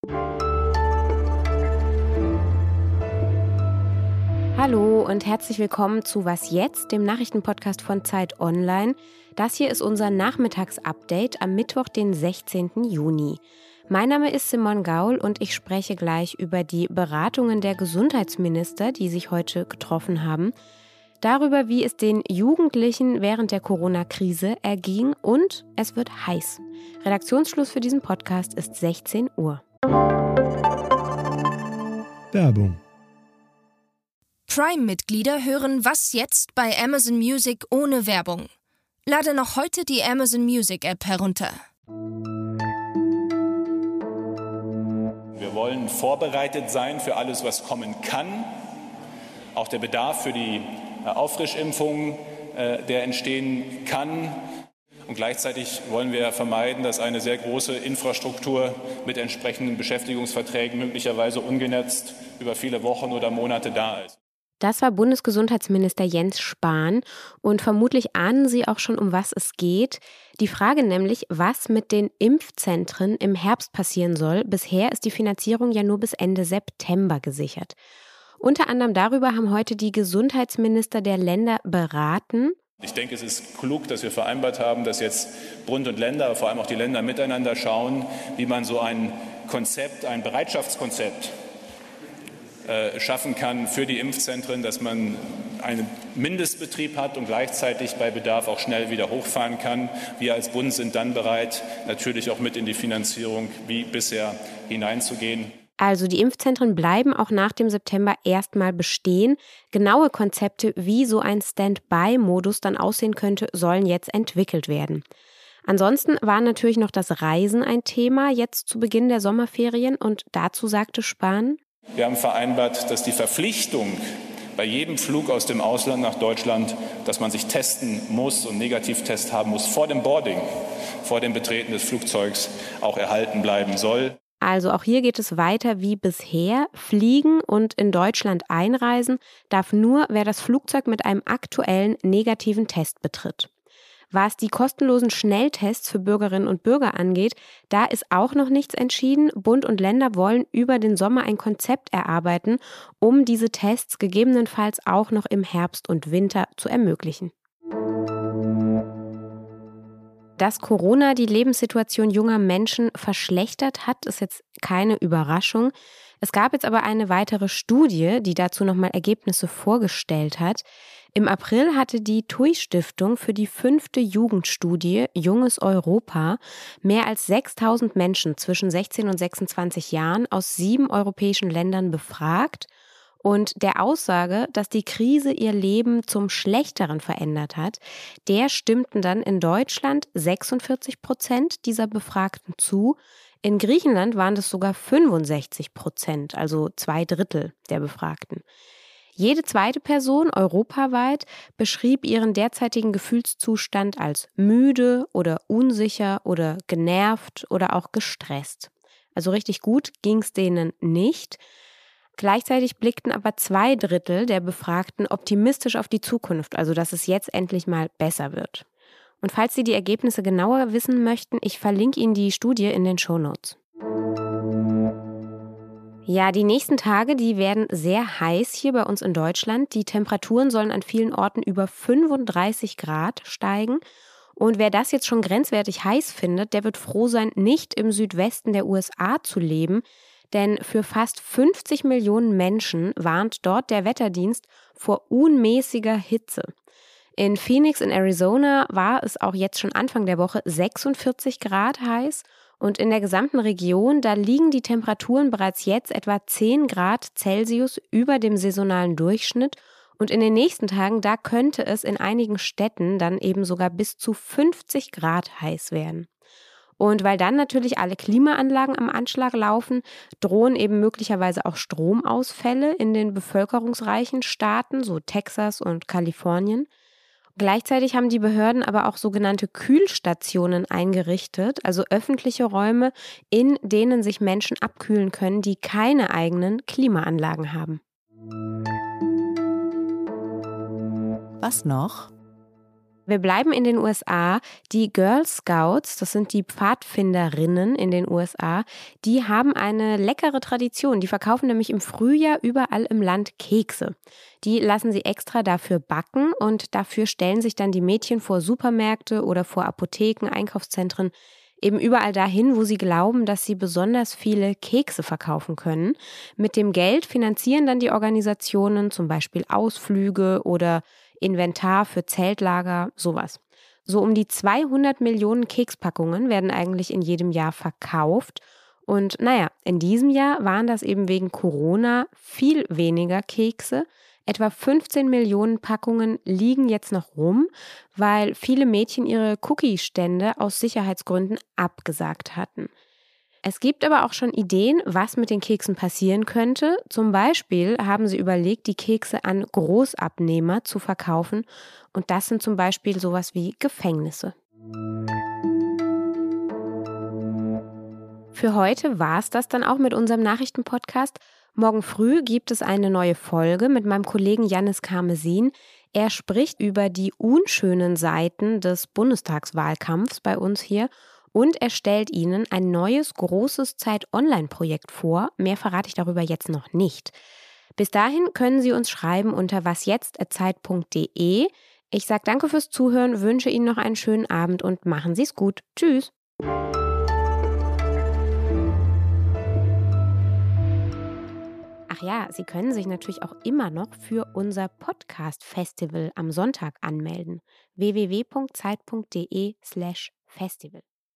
Hallo und herzlich willkommen zu Was jetzt, dem Nachrichtenpodcast von Zeit Online. Das hier ist unser Nachmittagsupdate am Mittwoch, den 16. Juni. Mein Name ist Simone Gaul und ich spreche gleich über die Beratungen der Gesundheitsminister, die sich heute getroffen haben, darüber, wie es den Jugendlichen während der Corona-Krise erging und es wird heiß. Redaktionsschluss für diesen Podcast ist 16 Uhr. Werbung. Prime-Mitglieder hören Was jetzt bei Amazon Music ohne Werbung. Lade noch heute die Amazon Music App herunter. Wir wollen vorbereitet sein für alles, was kommen kann. Auch der Bedarf für die Auffrischimpfung, der entstehen kann. Und gleichzeitig wollen wir vermeiden, dass eine sehr große Infrastruktur mit entsprechenden Beschäftigungsverträgen möglicherweise ungenutzt über viele Wochen oder Monate da ist. Das war Bundesgesundheitsminister Jens Spahn und vermutlich ahnen Sie auch schon, um was es geht. Die Frage nämlich, was mit den Impfzentren im Herbst passieren soll. Bisher ist die Finanzierung ja nur bis Ende September gesichert. Unter anderem darüber haben heute die Gesundheitsminister der Länder beraten. Ich denke, es ist klug, dass wir vereinbart haben, dass jetzt Bund und Länder, aber vor allem auch die Länder miteinander schauen, wie man so ein Konzept, ein Bereitschaftskonzept schaffen kann für die Impfzentren, dass man einen Mindestbetrieb hat und gleichzeitig bei Bedarf auch schnell wieder hochfahren kann. Wir als Bund sind dann bereit, natürlich auch mit in die Finanzierung wie bisher hineinzugehen. Also die Impfzentren bleiben auch nach dem September erstmal bestehen. Genaue Konzepte, wie so ein Standby-Modus dann aussehen könnte, sollen jetzt entwickelt werden. Ansonsten war natürlich noch das Reisen ein Thema, jetzt zu Beginn der Sommerferien. Und dazu sagte Spahn: Wir haben vereinbart, dass die Verpflichtung bei jedem Flug aus dem Ausland nach Deutschland, dass man sich testen muss und Negativtest haben muss vor dem Boarding, vor dem Betreten des Flugzeugs, auch erhalten bleiben soll. Also auch hier geht es weiter wie bisher. Fliegen und in Deutschland einreisen darf nur, wer das Flugzeug mit einem aktuellen negativen Test betritt. Was die kostenlosen Schnelltests für Bürgerinnen und Bürger angeht, da ist auch noch nichts entschieden. Bund und Länder wollen über den Sommer ein Konzept erarbeiten, um diese Tests gegebenenfalls auch noch im Herbst und Winter zu ermöglichen. Dass Corona die Lebenssituation junger Menschen verschlechtert hat, ist jetzt keine Überraschung. Es gab jetzt aber eine weitere Studie, die dazu nochmal Ergebnisse vorgestellt hat. Im April hatte die TUI-Stiftung für die 5. Jugendstudie Junges Europa mehr als 6.000 Menschen zwischen 16 und 26 Jahren aus 7 europäischen Ländern befragt. Und der Aussage, dass die Krise ihr Leben zum Schlechteren verändert hat, der stimmten dann in Deutschland 46% dieser Befragten zu. In Griechenland waren das sogar 65%, also 2/3 der Befragten. Jede zweite Person europaweit beschrieb ihren derzeitigen Gefühlszustand als müde oder unsicher oder genervt oder auch gestresst. Also richtig gut ging es denen nicht. Gleichzeitig blickten aber 2/3 der Befragten optimistisch auf die Zukunft, also dass es jetzt endlich mal besser wird. Und falls Sie die Ergebnisse genauer wissen möchten, ich verlinke Ihnen die Studie in den Shownotes. Ja, die nächsten Tage, die werden sehr heiß hier bei uns in Deutschland. Die Temperaturen sollen an vielen Orten über 35 Grad steigen. Und wer das jetzt schon grenzwertig heiß findet, der wird froh sein, nicht im Südwesten der USA zu leben. Denn für fast 50 Millionen Menschen warnt dort der Wetterdienst vor unmäßiger Hitze. In Phoenix in Arizona war es auch jetzt schon Anfang der Woche 46 Grad heiß. Und in der gesamten Region, da liegen die Temperaturen bereits jetzt etwa 10 Grad Celsius über dem saisonalen Durchschnitt. Und in den nächsten Tagen, da könnte es in einigen Städten dann eben sogar bis zu 50 Grad heiß werden. Und weil dann natürlich alle Klimaanlagen am Anschlag laufen, drohen eben möglicherweise auch Stromausfälle in den bevölkerungsreichen Staaten, so Texas und Kalifornien. Gleichzeitig haben die Behörden aber auch sogenannte Kühlstationen eingerichtet, also öffentliche Räume, in denen sich Menschen abkühlen können, die keine eigenen Klimaanlagen haben. Was noch? Wir bleiben in den USA. Die Girl Scouts, das sind die Pfadfinderinnen in den USA, die haben eine leckere Tradition. Die verkaufen nämlich im Frühjahr überall im Land Kekse. Die lassen sie extra dafür backen und dafür stellen sich dann die Mädchen vor Supermärkte oder vor Apotheken, Einkaufszentren, eben überall dahin, wo sie glauben, dass sie besonders viele Kekse verkaufen können. Mit dem Geld finanzieren dann die Organisationen zum Beispiel Ausflüge oder Inventar für Zeltlager, sowas. So um die 200 Millionen Kekspackungen werden eigentlich in jedem Jahr verkauft. Und in diesem Jahr waren das eben wegen Corona viel weniger Kekse. Etwa 15 Millionen Packungen liegen jetzt noch rum, weil viele Mädchen ihre Cookie-Stände aus Sicherheitsgründen abgesagt hatten. Es gibt aber auch schon Ideen, was mit den Keksen passieren könnte. Zum Beispiel haben sie überlegt, die Kekse an Großabnehmer zu verkaufen. Und das sind zum Beispiel sowas wie Gefängnisse. Für heute war es das dann auch mit unserem Nachrichtenpodcast. Morgen früh gibt es eine neue Folge mit meinem Kollegen Jannis Karmesin. Er spricht über die unschönen Seiten des Bundestagswahlkampfs bei uns hier. Und er stellt Ihnen ein neues, großes Zeit-Online-Projekt vor. Mehr verrate ich darüber jetzt noch nicht. Bis dahin können Sie uns schreiben unter wasjetzt@zeit.de. Ich sage danke fürs Zuhören, wünsche Ihnen noch einen schönen Abend und machen Sie es gut. Tschüss. Ach ja, Sie können sich natürlich auch immer noch für unser Podcast-Festival am Sonntag anmelden. www.zeit.de/festival